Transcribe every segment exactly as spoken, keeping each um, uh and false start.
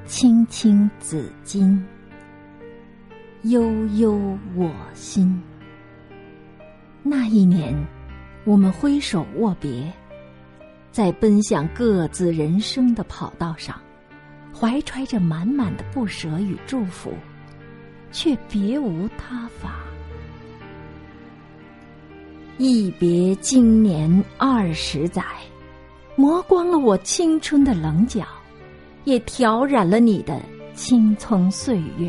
青青子衿，悠悠我心。那一年，我们挥手握别，在奔向各自人生的跑道上，怀揣着满满的不舍与祝福，却别无他法。一别经年二十载，磨光了我青春的棱角，也挑染了你的青葱岁月。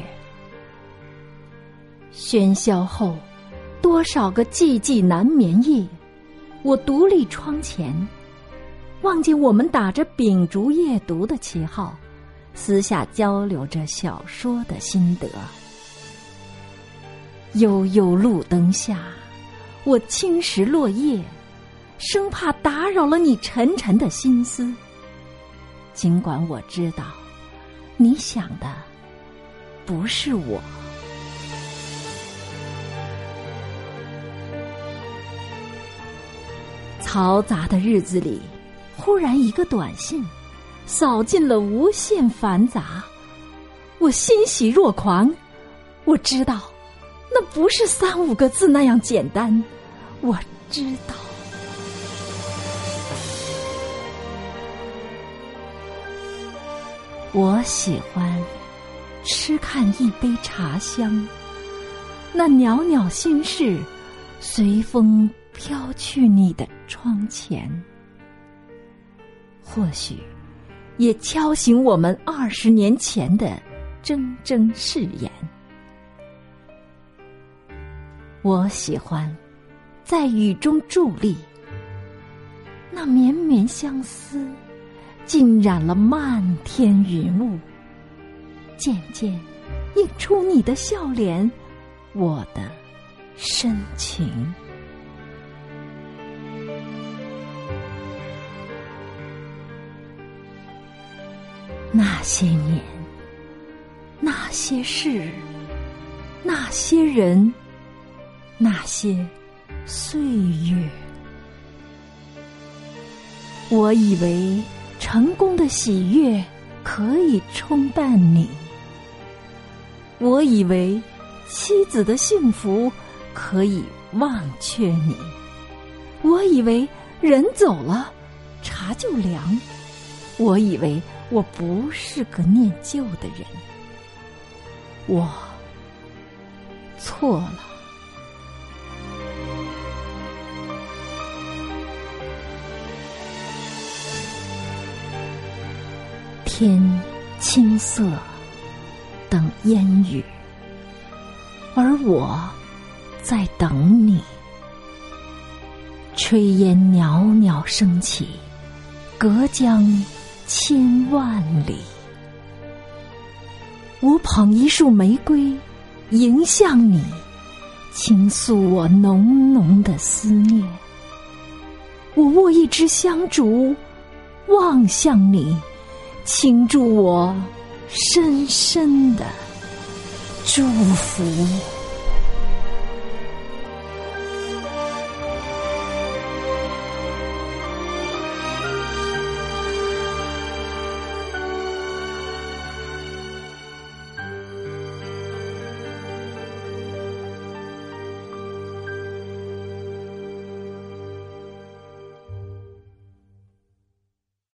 喧嚣后，多少个寂寂难眠夜，我独立窗前，望见我们打着秉烛夜读的旗号，私下交流着小说的心得。悠悠路灯下，我轻拾落叶，生怕打扰了你沉沉的心思。尽管我知道，你想的不是我。嘈杂的日子里，忽然一个短信，扫尽了无限繁杂。我欣喜若狂，我知道，那不是三五个字那样简单。我知道。我喜欢吃看一杯茶香，那袅袅心事随风飘去你的窗前，或许也敲醒我们二十年前的铮铮誓言。我喜欢在雨中伫立，那绵绵相思浸染了漫天云雾，渐渐映出你的笑脸，我的深情。那些年，那些事，那些人，那些岁月，我以为成功的喜悦可以冲淡你，我以为妻子的幸福可以忘却你，我以为人走了，茶就凉，我以为我不是个念旧的人，我错了。天青色等烟雨，而我在等你。炊烟袅袅升起，隔江千万里。我捧一束玫瑰迎向你，倾诉我浓浓的思念。我握一支香烛望向你，倾注我深深的祝福。